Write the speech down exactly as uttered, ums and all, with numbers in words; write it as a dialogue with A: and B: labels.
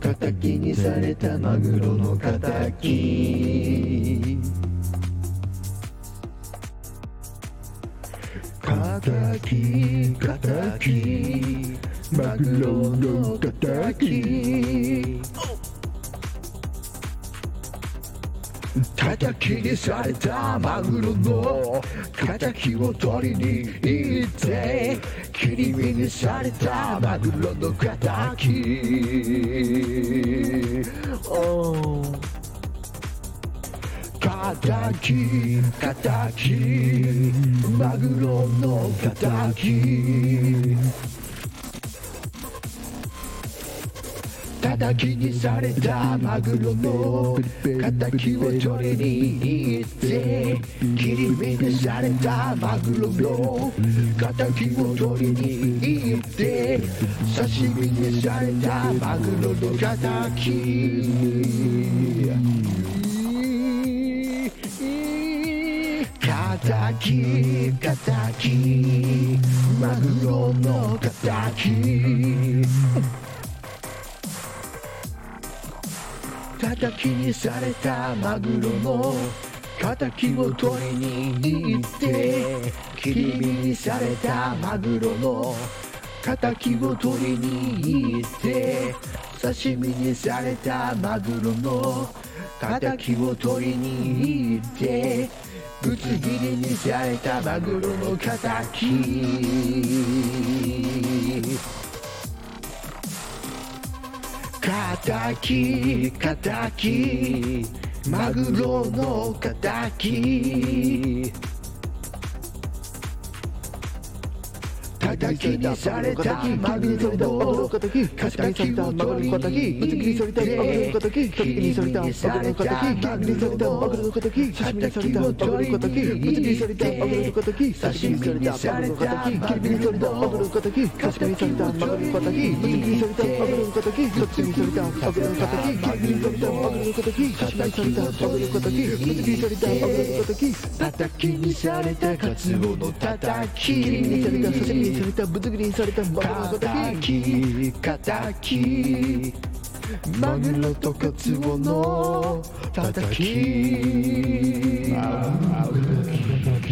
A: 敵にされたマグロの敵。敵、敵、マグロの敵。敵にされたマグロの敵を取りに行って、切り身にされたマグロの敵。おー敵、敵、マグロの敵。敵にされたマグロの敵を取りに行って、切り身にされたマグロの敵を取りに行って、刺身にされたマグロの敵。敵、敵、マグロの敵。敵にされたマグロの敵を取りに行って、切り身にされたマグロの敵を取りに行って、刺身にされたマグロの敵を取りに行って、ぶつ切りにされたマグロの敵。敵、敵、マグロの敵。敵にされたマグロの敵を取りに行って、ぶつ切りされたマグロの敵、切り身にされたマグロの敵、敵を取りに行って、ぶつ切りされたマグロの敵、刺身にされたマグロの敵、敵を取りに行って、ぶつ切りされたマグロの敵、刺身にされたマグロの敵、切り身にされたマグロの敵、刺身にされたマグロの敵、ぶつ切りされたマグロの敵、叩きにされたカツオの叩き、切り身にされた刺身にされたぶつ切りにされたマグロの敵、敵、マグロとカツオの叩き。